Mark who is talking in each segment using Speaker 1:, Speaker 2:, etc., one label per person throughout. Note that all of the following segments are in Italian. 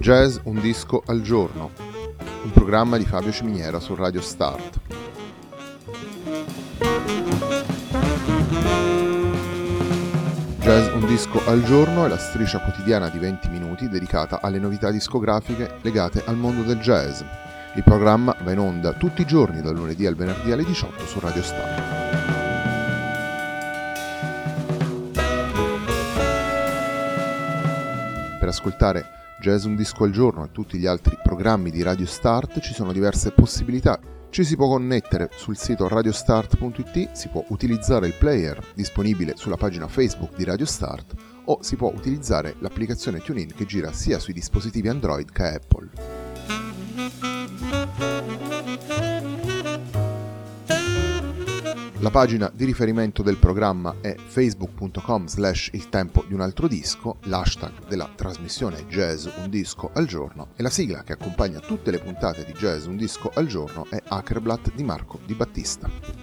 Speaker 1: Jazz un disco al giorno, un programma di Fabio Ciminiera su Radio Start. Jazz un disco al giorno è la striscia quotidiana di 20 minuti dedicata alle novità discografiche legate al mondo del jazz. Il programma va in onda tutti i giorni dal lunedì al venerdì alle 18 su Radio Start. Per ascoltare Jazz un disco al giorno e tutti gli altri programmi di Radio Start ci sono diverse possibilità. Ci si può connettere sul sito radiostart.it, si può utilizzare il player disponibile sulla pagina Facebook di Radio Start o si può utilizzare l'applicazione TuneIn che gira sia sui dispositivi Android che Apple. La pagina di riferimento del programma è facebook.com/il tempo di un altro disco, l'hashtag della trasmissione è Jazz un disco al giorno e la sigla che accompagna tutte le puntate di Jazz un disco al giorno è Acreblatt di Marco Di Battista.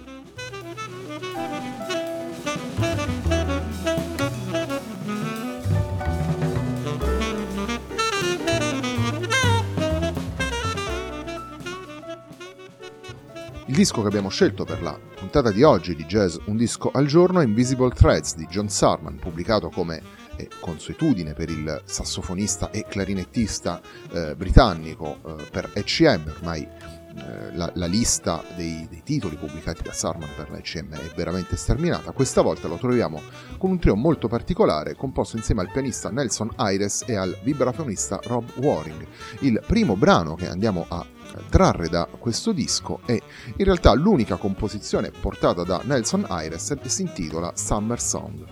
Speaker 1: Il disco che abbiamo scelto per la puntata di oggi di Jazz un disco al giorno è Invisible Threads di John Sarman, pubblicato come consuetudine per il sassofonista e clarinettista britannico per ECM. Ormai la lista dei titoli pubblicati da Sarman per la ECM è veramente sterminata. Questa volta lo troviamo con un trio molto particolare composto insieme al pianista Nelson Ayres e al vibrafonista Rob Waring. Il primo brano che andiamo a trarre da questo disco è in realtà l'unica composizione portata da Nelson Ayres e si intitola Summer Song.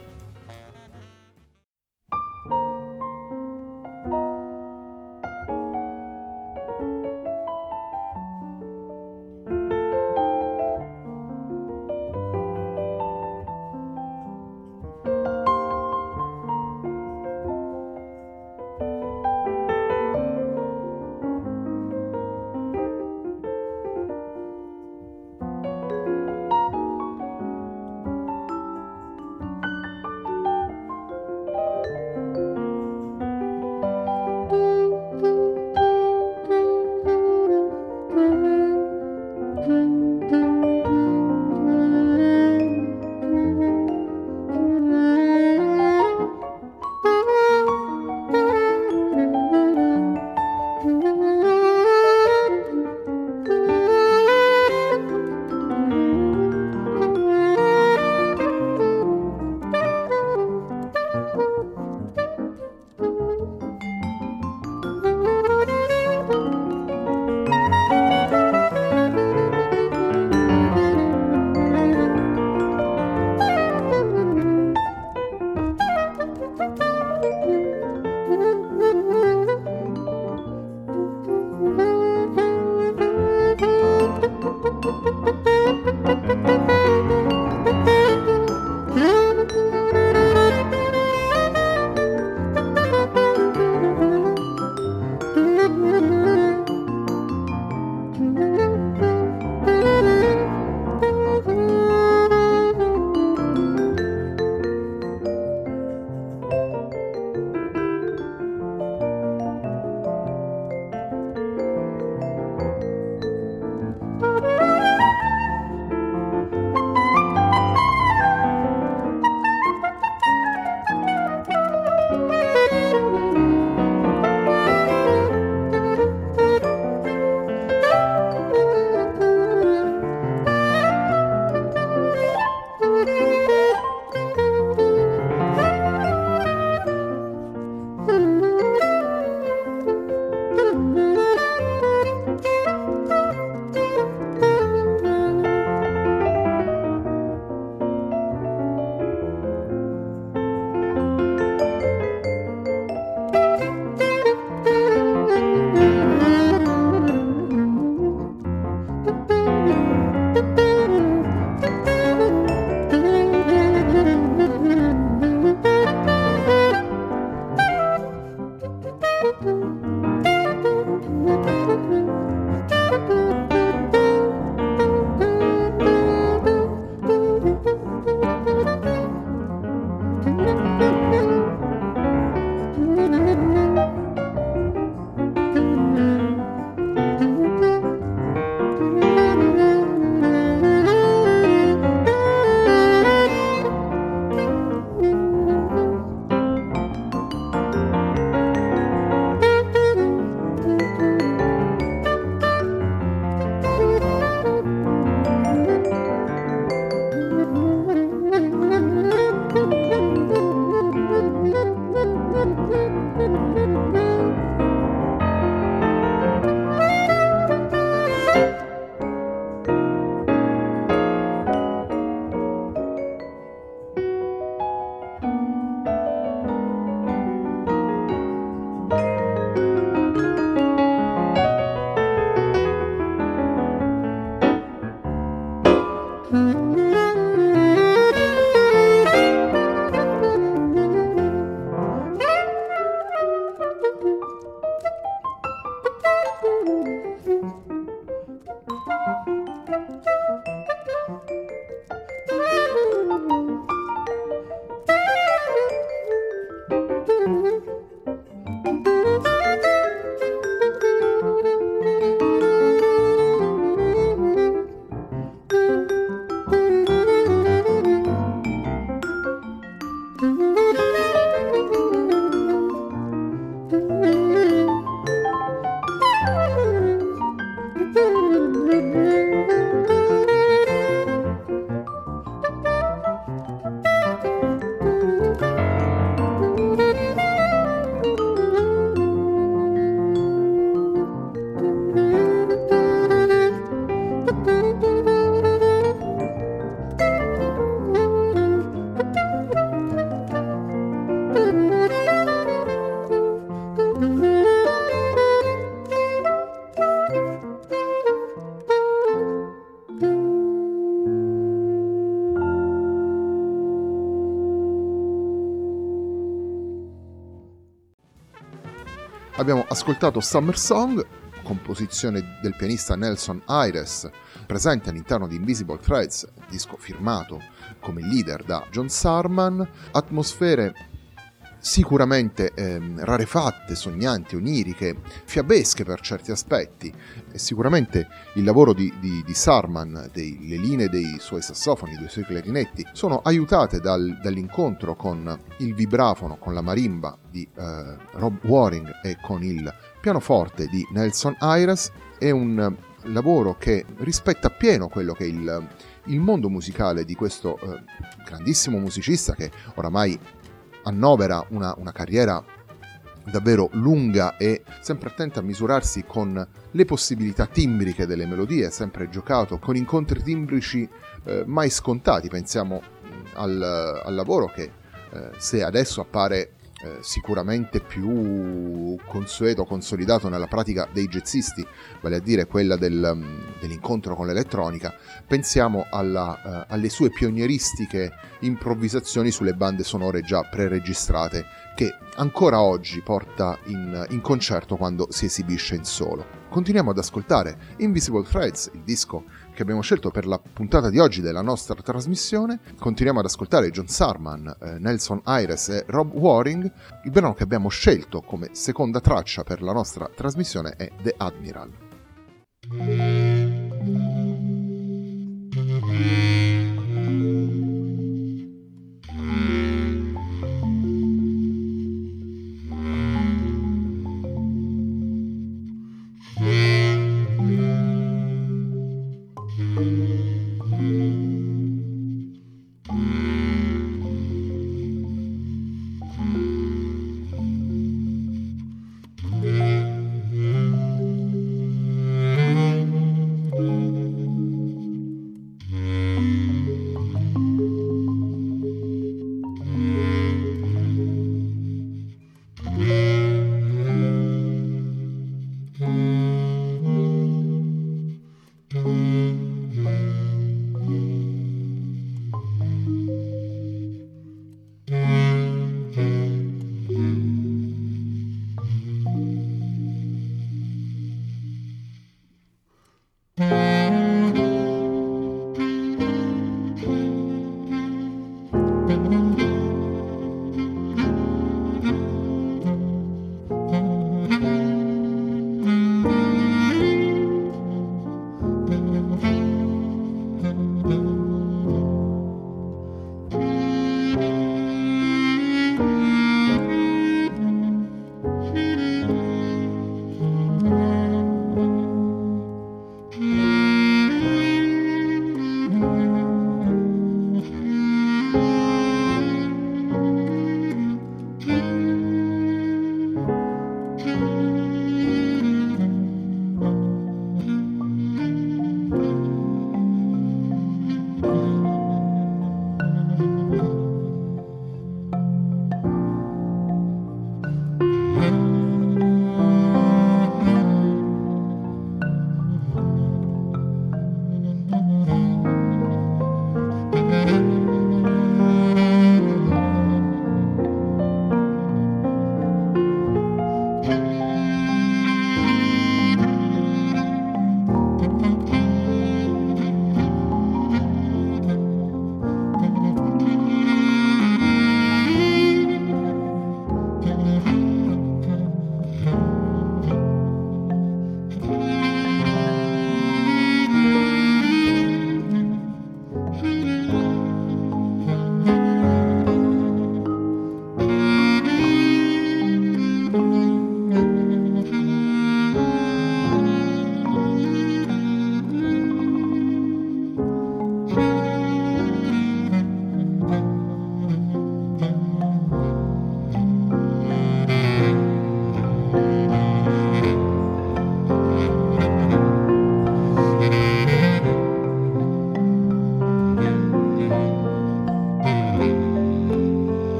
Speaker 1: Abbiamo ascoltato Summer Song, composizione del pianista Nelson Ayres, presente all'interno di Invisible Threads, disco firmato come leader da John Sarman, atmosfere sicuramente rarefatte, sognanti, oniriche, fiabesche per certi aspetti, e sicuramente il lavoro di Sarman, le linee dei suoi sassofoni, dei suoi clarinetti, sono aiutate dall'incontro con il vibrafono, con la marimba di Rob Waring e con il pianoforte di Nelson Ayres. È un lavoro che rispetta appieno quello che è il mondo musicale di questo grandissimo musicista che oramai annovera una carriera davvero lunga e sempre attenta a misurarsi con le possibilità timbriche delle melodie, sempre giocato con incontri timbrici mai scontati. Pensiamo al lavoro che se adesso appare sicuramente più consueto, consolidato nella pratica dei jazzisti, vale a dire quella dell'incontro con l'elettronica, pensiamo alle sue pionieristiche improvvisazioni sulle bande sonore già preregistrate che ancora oggi porta in concerto quando si esibisce in solo. Continuiamo ad ascoltare Invisible Threads, il disco che abbiamo scelto per la puntata di oggi della nostra trasmissione. Continuiamo ad ascoltare John Sarman, Nelson Ayres e Rob Waring. Il brano che abbiamo scelto come seconda traccia per la nostra trasmissione è The Admiral.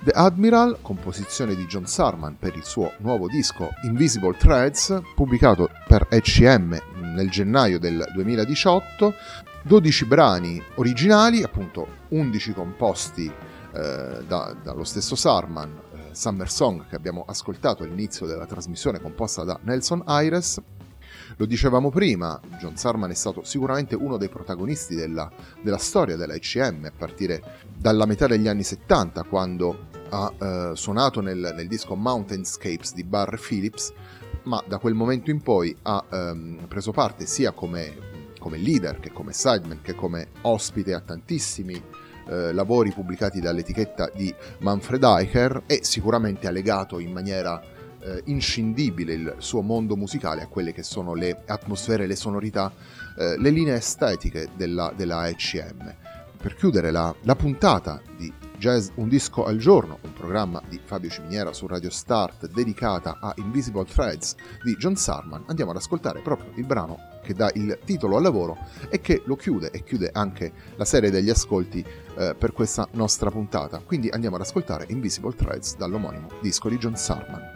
Speaker 1: The Admiral, composizione di John Sarman per il suo nuovo disco Invisible Threads, pubblicato per ECM nel gennaio del 2018, 12 brani originali, appunto 11 composti dallo stesso Sarman, Summer Song che abbiamo ascoltato all'inizio della trasmissione composta da Nelson Ayres. Lo dicevamo prima, John Sarman è stato sicuramente uno dei protagonisti della storia della ECM, a partire dalla metà degli anni 70, quando ha suonato nel disco Mountainscapes di Barr Phillips, ma da quel momento in poi ha preso parte sia come leader, che come sideman, che come ospite a tantissimi lavori pubblicati dall'etichetta di Manfred Eicher, e sicuramente ha legato in maniera inscindibile il suo mondo musicale a quelle che sono le atmosfere, le sonorità, le linee estetiche della ECM. Per chiudere la puntata di Jazz Un Disco al Giorno, un programma di Fabio Ciminiera su Radio Start dedicata a Invisible Threads di John Sarman, andiamo ad ascoltare proprio il brano che dà il titolo al lavoro e che lo chiude, e chiude anche la serie degli ascolti per questa nostra puntata. Quindi andiamo ad ascoltare Invisible Threads dall'omonimo disco di John Sarman.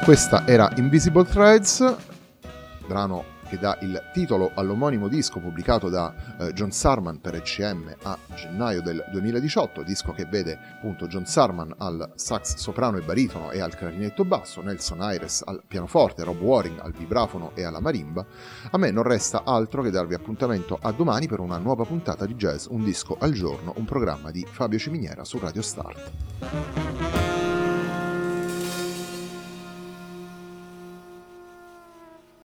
Speaker 1: Questa era Invisible Threads, brano che dà il titolo all'omonimo disco pubblicato da John Sarman per ECM a gennaio del 2018, disco che vede appunto John Sarman al sax soprano e baritono e al clarinetto basso, Nelson Ayres al pianoforte, Rob Waring al vibrafono e alla marimba. A me non resta altro che darvi appuntamento a domani per una nuova puntata di Jazz Un Disco al Giorno, un programma di Fabio Ciminiera su Radio Start.